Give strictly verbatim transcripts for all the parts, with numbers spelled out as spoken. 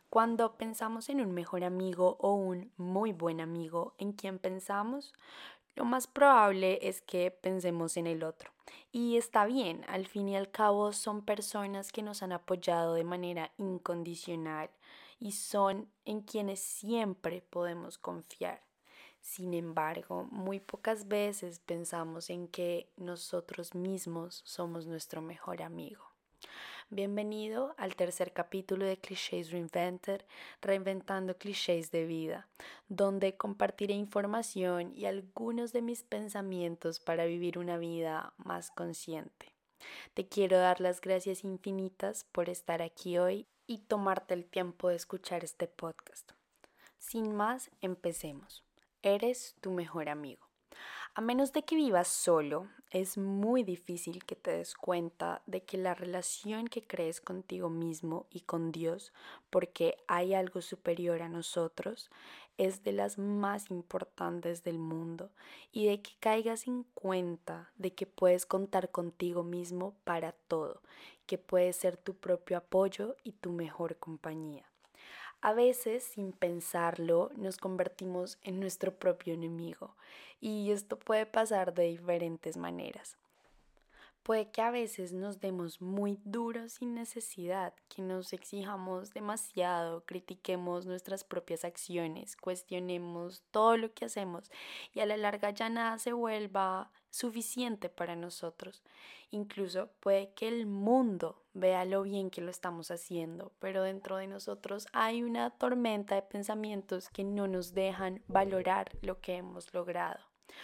Cuando pensamos en un mejor amigo o un muy buen amigo, ¿en quién pensamos? Lo más probable es que pensemos en el otro. Y está bien, al fin y al cabo son personas que nos han apoyado de manera incondicional y son en quienes siempre podemos confiar. Sin embargo, muy pocas veces pensamos en que nosotros mismos somos nuestro mejor amigo. Bienvenido al tercer capítulo de Clichés Reinvented, reinventando clichés de vida, donde compartiré información y algunos de mis pensamientos para vivir una vida más consciente. Te quiero dar las gracias infinitas por estar aquí hoy y tomarte el tiempo de escuchar este podcast. Sin más, empecemos. Eres tu mejor amigo. A menos de que vivas solo, es muy difícil que te des cuenta de que la relación que crees contigo mismo y con Dios, porque hay algo superior a nosotros, es de las más importantes del mundo y de que caigas en cuenta de que puedes contar contigo mismo para todo, que puedes ser tu propio apoyo y tu mejor compañía. A veces, sin pensarlo, nos convertimos en nuestro propio enemigo y esto puede pasar de diferentes maneras. Puede que a veces nos demos muy duros sin necesidad, que nos exijamos demasiado, critiquemos nuestras propias acciones, cuestionemos todo lo que hacemos y a la larga ya nada se vuelva suficiente para nosotros. Incluso puede que el mundo vea lo bien que lo estamos haciendo, pero dentro de nosotros hay una tormenta de pensamientos que no nos dejan valorar lo que hemos logrado.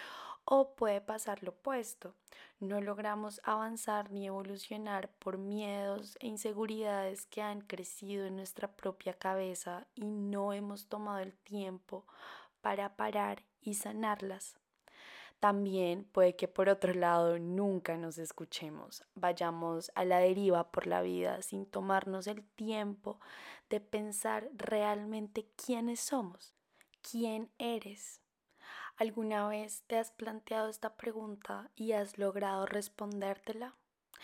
O puede pasar lo opuesto. No logramos avanzar ni evolucionar por miedos e inseguridades que han crecido en nuestra propia cabeza y no hemos tomado el tiempo para parar y sanarlas. También puede que por otro lado nunca nos escuchemos, vayamos a la deriva por la vida sin tomarnos el tiempo de pensar realmente quiénes somos, quién eres. ¿Alguna vez te has planteado esta pregunta y has logrado respondértela?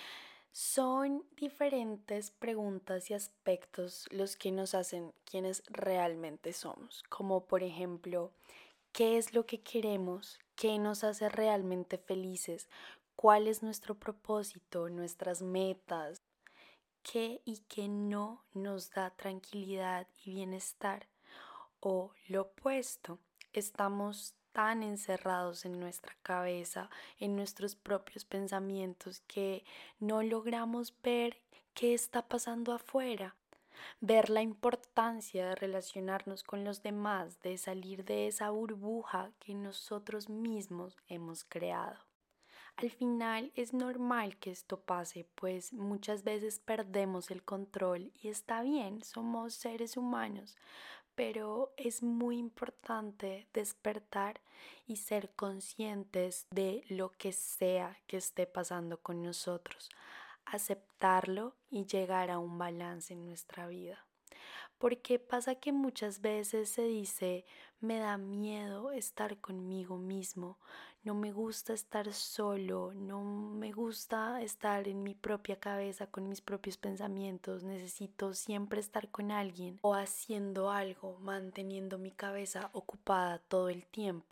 Son diferentes preguntas y aspectos los que nos hacen quienes realmente somos, como por ejemplo, ¿qué es lo que queremos? ¿Qué nos hace realmente felices? ¿Cuál es nuestro propósito, nuestras metas? ¿Qué y qué no nos da tranquilidad y bienestar? O lo opuesto, estamos tan encerrados en nuestra cabeza, en nuestros propios pensamientos, que no logramos ver qué está pasando afuera, ver la importancia de relacionarnos con los demás, de salir de esa burbuja que nosotros mismos hemos creado. Al final es normal que esto pase, pues muchas veces perdemos el control y está bien, somos seres humanos, pero es muy importante despertar y ser conscientes de lo que sea que esté pasando con nosotros, aceptarlo y llegar a un balance en nuestra vida. Porque pasa que muchas veces se dice, me da miedo estar conmigo mismo, no me gusta estar solo, no me gusta estar en mi propia cabeza con mis propios pensamientos, necesito siempre estar con alguien o haciendo algo, manteniendo mi cabeza ocupada todo el tiempo.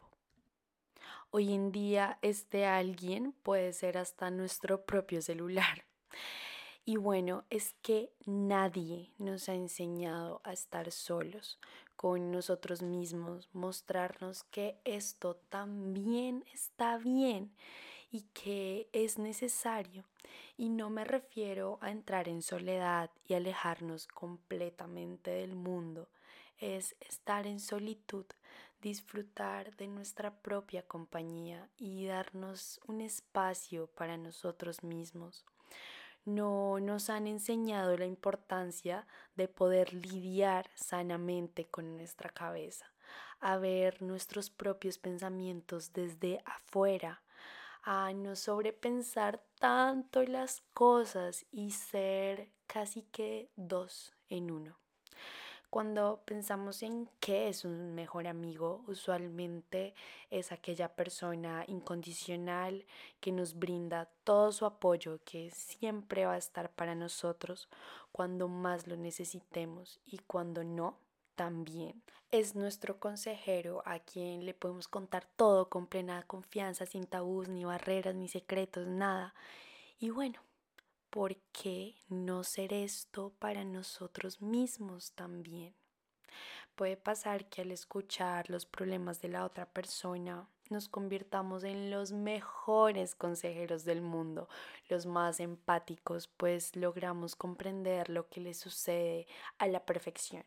Hoy en día este alguien puede ser hasta nuestro propio celular. Y bueno, es que nadie nos ha enseñado a estar solos con nosotros mismos, mostrarnos que esto también está bien y que es necesario. Y no me refiero a entrar en soledad y alejarnos completamente del mundo, es estar en solitud, disfrutar de nuestra propia compañía y darnos un espacio para nosotros mismos. No nos han enseñado la importancia de poder lidiar sanamente con nuestra cabeza, a ver nuestros propios pensamientos desde afuera, a no sobrepensar tanto las cosas y ser casi que dos en uno. Cuando pensamos en qué es un mejor amigo, usualmente es aquella persona incondicional que nos brinda todo su apoyo, que siempre va a estar para nosotros cuando más lo necesitemos y cuando no, también. Es nuestro consejero a quien le podemos contar todo con plena confianza, sin tabús, ni barreras, ni secretos, nada. Y bueno, ¿por qué no ser esto para nosotros mismos también? Puede pasar que al escuchar los problemas de la otra persona nos convirtamos en los mejores consejeros del mundo, los más empáticos, pues logramos comprender lo que le sucede a la perfección.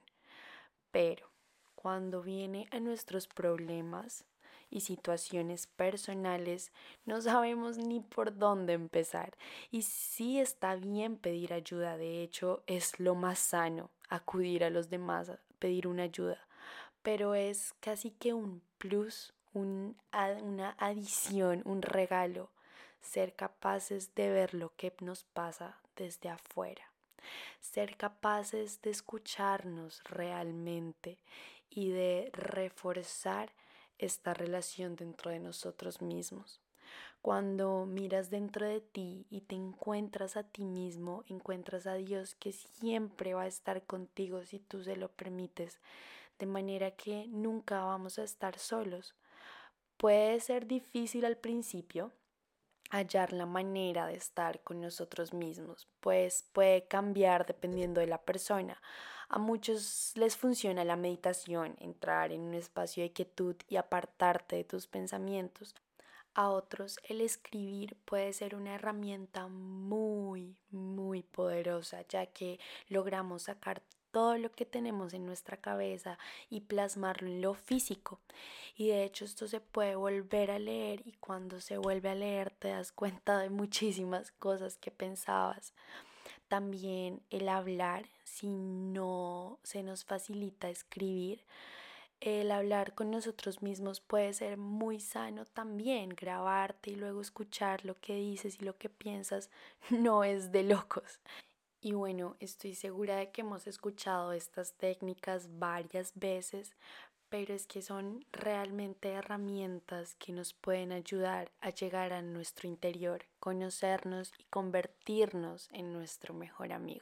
Pero cuando viene a nuestros problemas y situaciones personales, no sabemos ni por dónde empezar. Y sí está bien pedir ayuda, de hecho es lo más sano acudir a los demás a pedir una ayuda, pero es casi que un plus, un, una adición, un regalo, ser capaces de ver lo que nos pasa desde afuera, ser capaces de escucharnos realmente y de reforzar esta relación dentro de nosotros mismos. Cuando miras dentro de ti y te encuentras a ti mismo, encuentras a Dios que siempre va a estar contigo si tú se lo permites, de manera que nunca vamos a estar solos. Puede ser difícil al principio hallar la manera de estar con nosotros mismos, pues puede cambiar dependiendo de la persona. A muchos les funciona la meditación, entrar en un espacio de quietud y apartarte de tus pensamientos. A otros el escribir puede ser una herramienta muy, muy poderosa, ya que logramos sacar todo lo que tenemos en nuestra cabeza y plasmarlo en lo físico. Y de hecho esto se puede volver a leer y cuando se vuelve a leer te das cuenta de muchísimas cosas que pensabas. También el hablar, si no se nos facilita escribir, el hablar con nosotros mismos puede ser muy sano también. Grabarte y luego escuchar lo que dices y lo que piensas no es de locos. Y bueno, estoy segura de que hemos escuchado estas técnicas varias veces, pero es que son realmente herramientas que nos pueden ayudar a llegar a nuestro interior, conocernos y convertirnos en nuestro mejor amigo.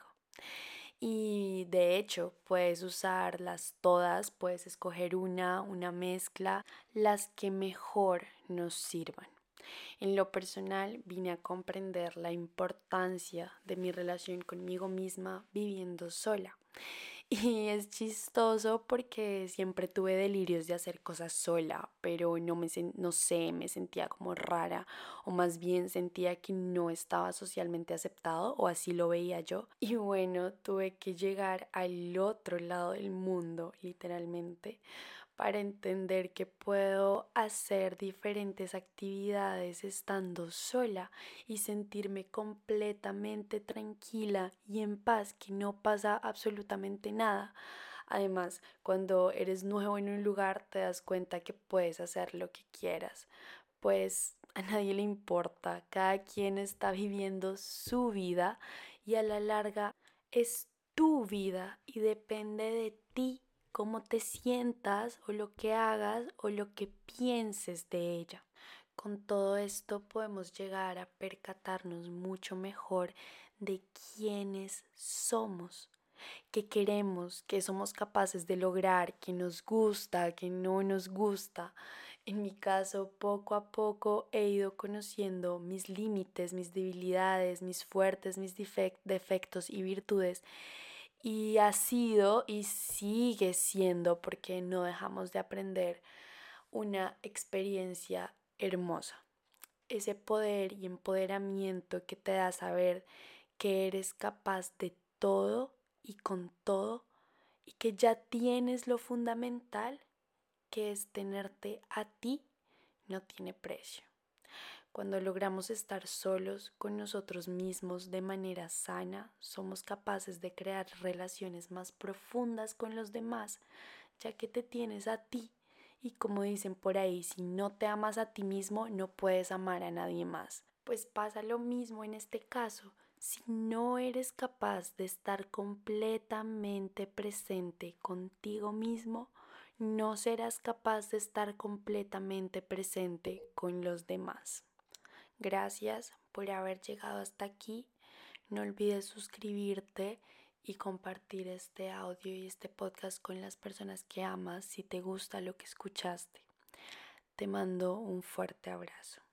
Y de hecho puedes usarlas todas, puedes escoger una, una mezcla, las que mejor nos sirvan. En lo personal vine a comprender la importancia de mi relación conmigo misma viviendo sola. Y es chistoso porque siempre tuve delirios de hacer cosas sola, pero no me no sé, me sentía como rara o más bien sentía que no estaba socialmente aceptado o así lo veía yo. Y bueno, tuve que llegar al otro lado del mundo, literalmente, para entender que puedo hacer diferentes actividades estando sola y sentirme completamente tranquila y en paz, que no pasa absolutamente nada. Además, cuando eres nuevo en un lugar te das cuenta que puedes hacer lo que quieras, pues a nadie le importa, cada quien está viviendo su vida y a la larga es tu vida y depende de ti cómo te sientas o lo que hagas o lo que pienses de ella. Con todo esto podemos llegar a percatarnos mucho mejor de quiénes somos, qué queremos, qué somos capaces de lograr, qué nos gusta, qué no nos gusta. En mi caso, poco a poco he ido conociendo mis límites, mis debilidades, mis fuertes, mis defectos y virtudes. Y ha sido y sigue siendo, porque no dejamos de aprender, una experiencia hermosa. Ese poder y empoderamiento que te da saber que eres capaz de todo y con todo y que ya tienes lo fundamental, que es tenerte a ti, no tiene precio. Cuando logramos estar solos con nosotros mismos de manera sana, somos capaces de crear relaciones más profundas con los demás, ya que te tienes a ti. Y como dicen por ahí, si no te amas a ti mismo, no puedes amar a nadie más. Pues pasa lo mismo en este caso. Si no eres capaz de estar completamente presente contigo mismo, no serás capaz de estar completamente presente con los demás. Gracias por haber llegado hasta aquí. No olvides suscribirte y compartir este audio y este podcast con las personas que amas si te gusta lo que escuchaste. Te mando un fuerte abrazo.